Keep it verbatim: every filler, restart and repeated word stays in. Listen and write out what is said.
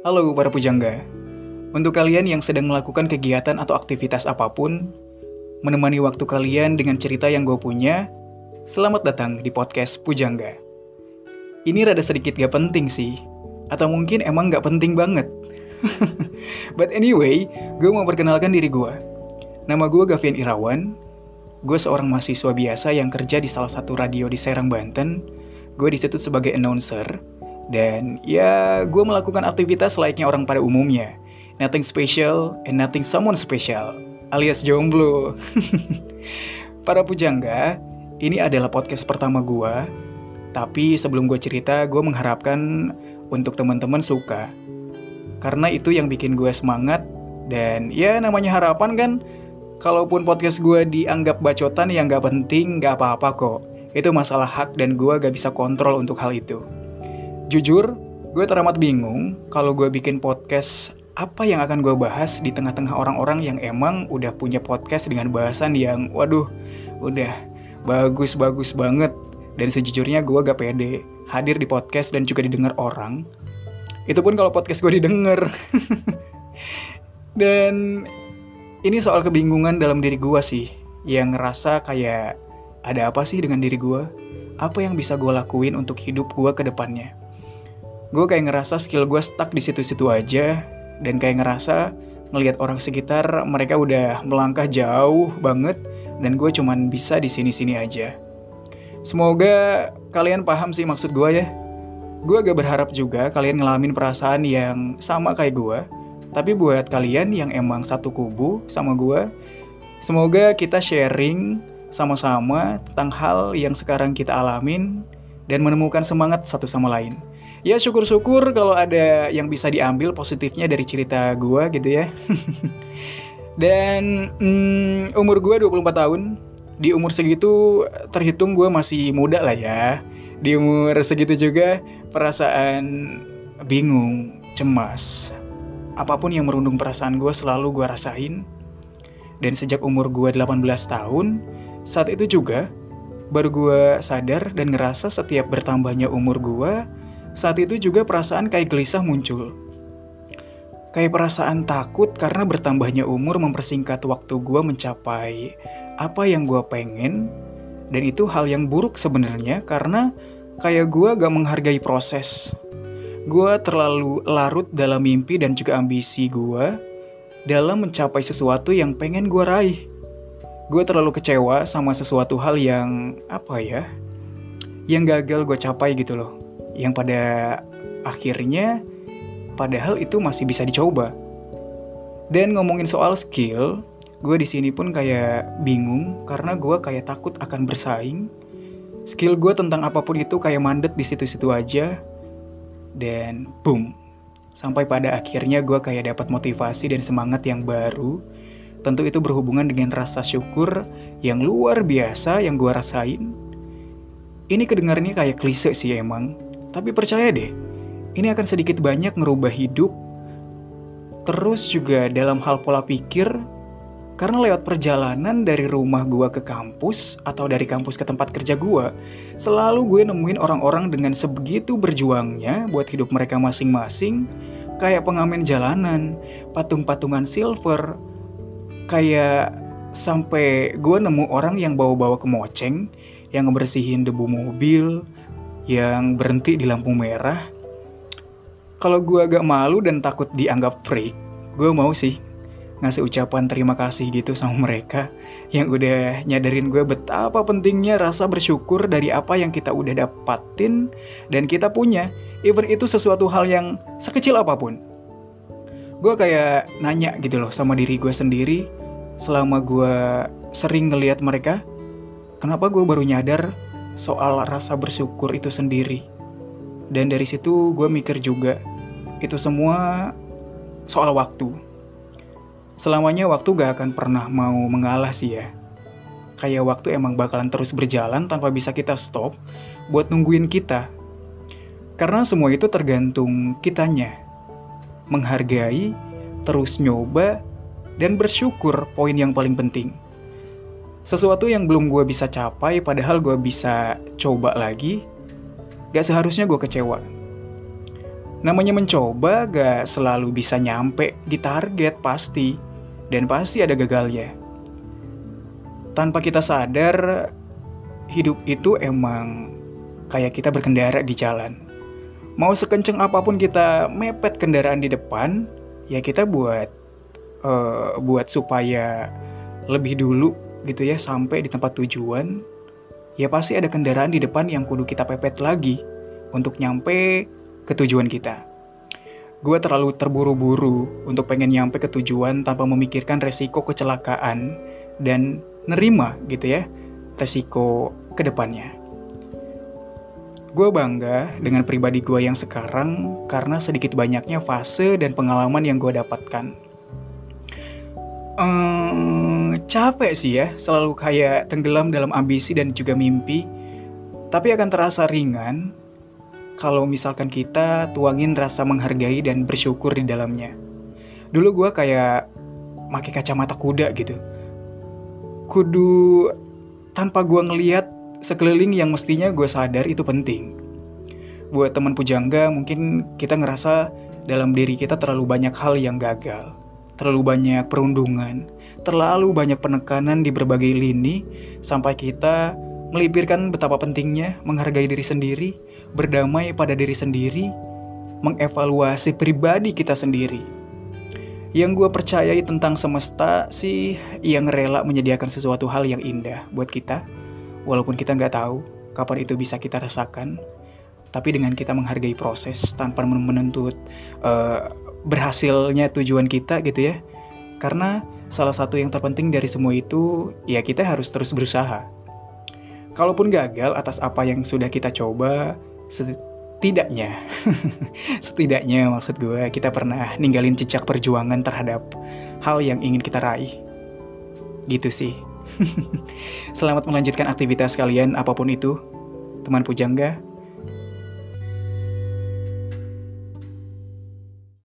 Halo para pujangga. Untuk kalian yang sedang melakukan kegiatan atau aktivitas apapun, menemani waktu kalian dengan cerita yang gue punya, selamat datang di podcast Pujangga. Ini rada sedikit gak penting sih, atau mungkin emang gak penting banget. But anyway, gue mau perkenalkan diri gue. Nama gue Gavian Irawan. Gue seorang mahasiswa biasa yang kerja di salah satu radio di Serang, Banten. Gue di situ sebagai announcer. Dan ya, gue melakukan aktivitas layaknya orang pada umumnya. Nothing special and nothing someone special, alias jomblo. Para pujangga, ini adalah podcast pertama gue. Tapi sebelum gue cerita, gue mengharapkan untuk teman-teman suka. Karena itu yang bikin gue semangat. Dan ya namanya harapan kan, kalaupun podcast gue dianggap bacotan yang gak penting, gak apa-apa kok. Itu masalah hak dan gue gak bisa kontrol untuk hal itu. Jujur, gue teramat bingung kalau gue bikin podcast apa yang akan gue bahas di tengah-tengah orang-orang yang emang udah punya podcast dengan bahasan yang waduh, udah bagus-bagus banget. Dan sejujurnya gue gak pede hadir di podcast dan juga didengar orang. Itu pun kalau podcast gue didengar. Dan ini soal kebingungan dalam diri gue sih, yang ngerasa kayak ada apa sih dengan diri gue? Apa yang bisa gue lakuin untuk hidup gue ke depannya? Gue kayak ngerasa skill gue stuck di situ-situ aja. Dan kayak ngerasa ngelihat orang sekitar mereka udah melangkah jauh banget. Dan gue cuman bisa di sini-sini aja. Semoga kalian paham sih maksud gue ya. Gue agak berharap juga kalian ngalamin perasaan yang sama kayak gue. Tapi buat kalian yang emang satu kubu sama gue, semoga kita sharing sama-sama tentang hal yang sekarang kita alamin dan menemukan semangat satu sama lain. Ya syukur-syukur kalau ada yang bisa diambil positifnya dari cerita gue gitu ya. Dan hmm, umur gue dua puluh empat tahun. Di umur segitu terhitung gue masih muda lah ya. Di umur segitu juga perasaan bingung, cemas, apapun yang merundung perasaan gue selalu gue rasain. Dan sejak umur gue delapan belas tahun, saat itu juga baru gue sadar dan ngerasa setiap bertambahnya umur gue, saat itu juga perasaan kayak gelisah muncul. Kayak perasaan takut karena bertambahnya umur mempersingkat waktu gue mencapai apa yang gue pengen. Dan itu hal yang buruk sebenarnya karena kayak gue gak menghargai proses. Gue terlalu larut dalam mimpi dan juga ambisi gue dalam mencapai sesuatu yang pengen gue raih. Gue terlalu kecewa sama sesuatu hal yang apa ya, yang gagal gue capai gitu loh. Yang pada akhirnya padahal itu masih bisa dicoba. Dan ngomongin soal skill, gue di sini pun kayak bingung karena gue kayak takut akan bersaing. Skill gue tentang apapun itu kayak mandet di situ-situ aja. Dan boom, sampai pada akhirnya gue kayak dapat motivasi dan semangat yang baru. Tentu itu berhubungan dengan rasa syukur yang luar biasa yang gue rasain. Ini kedengarannya kayak klise sih emang. Tapi percaya deh, ini akan sedikit banyak ngerubah hidup. Terus juga dalam hal pola pikir. Karena lewat perjalanan dari rumah gue ke kampus atau dari kampus ke tempat kerja gue, selalu gue nemuin orang-orang dengan sebegitu berjuangnya buat hidup mereka masing-masing. Kayak pengamen jalanan, patung-patungan silver. Kayak sampai gue nemu orang yang bawa-bawa kemoceng, yang ngebersihin debu mobil, yang berhenti di lampu merah. Kalau gue agak malu dan takut dianggap freak, gue mau sih ngasih ucapan terima kasih gitu sama mereka yang udah nyadarin gue betapa pentingnya rasa bersyukur dari apa yang kita udah dapatin dan kita punya, even itu sesuatu hal yang sekecil apapun. Gue kayak nanya gitu loh sama diri gue sendiri selama gue sering ngelihat mereka, kenapa gue baru nyadar soal rasa bersyukur itu sendiri. Dan dari situ gue mikir juga, itu semua soal waktu. Selamanya waktu gak akan pernah mau mengalah sih ya. Kayak waktu emang bakalan terus berjalan tanpa bisa kita stop buat nungguin kita. Karena semua itu tergantung kitanya. Menghargai, terus nyoba, dan bersyukur poin yang paling penting. Sesuatu yang belum gue bisa capai padahal gue bisa coba lagi, gak seharusnya gue kecewa. Namanya mencoba gak selalu bisa nyampe di target pasti. Dan pasti ada gagalnya. Tanpa kita sadar, hidup itu emang kayak kita berkendara di jalan. Mau sekenceng apapun kita mepet kendaraan di depan, ya kita buat uh, buat supaya lebih dulu gitu ya sampai di tempat tujuan. Ya pasti ada kendaraan di depan yang kudu kita pepet lagi untuk nyampe ke tujuan kita. Gue terlalu terburu-buru untuk pengen nyampe ke tujuan tanpa memikirkan resiko kecelakaan dan nerima gitu ya resiko ke depannya. Gue bangga dengan pribadi gue yang sekarang karena sedikit banyaknya fase dan pengalaman yang gue dapatkan. Hmm, capek sih ya, selalu kayak tenggelam dalam ambisi dan juga mimpi. Tapi akan terasa ringan kalau misalkan kita tuangin rasa menghargai dan bersyukur di dalamnya. Dulu gue kayak pakai kacamata kuda gitu. Kudu tanpa gue ngeliat sekeliling yang mestinya gue sadar itu penting. Buat teman pujangga mungkin kita ngerasa dalam diri kita terlalu banyak hal yang gagal. Terlalu banyak perundungan. Terlalu banyak penekanan di berbagai lini. Sampai kita melipirkan betapa pentingnya menghargai diri sendiri, berdamai pada diri sendiri, mengevaluasi pribadi kita sendiri. Yang gue percayai tentang semesta sih yang rela menyediakan sesuatu hal yang indah buat kita, walaupun kita nggak tahu kapan itu bisa kita rasakan. Tapi dengan kita menghargai proses tanpa menuntut uh, berhasilnya tujuan kita gitu ya. Karena salah satu yang terpenting dari semua itu ya kita harus terus berusaha. Kalaupun gagal atas apa yang sudah kita coba, setidaknya, setidaknya maksud gue kita pernah ninggalin jejak perjuangan terhadap hal yang ingin kita raih. Gitu sih. Selamat melanjutkan aktivitas kalian apapun itu, teman pujangga.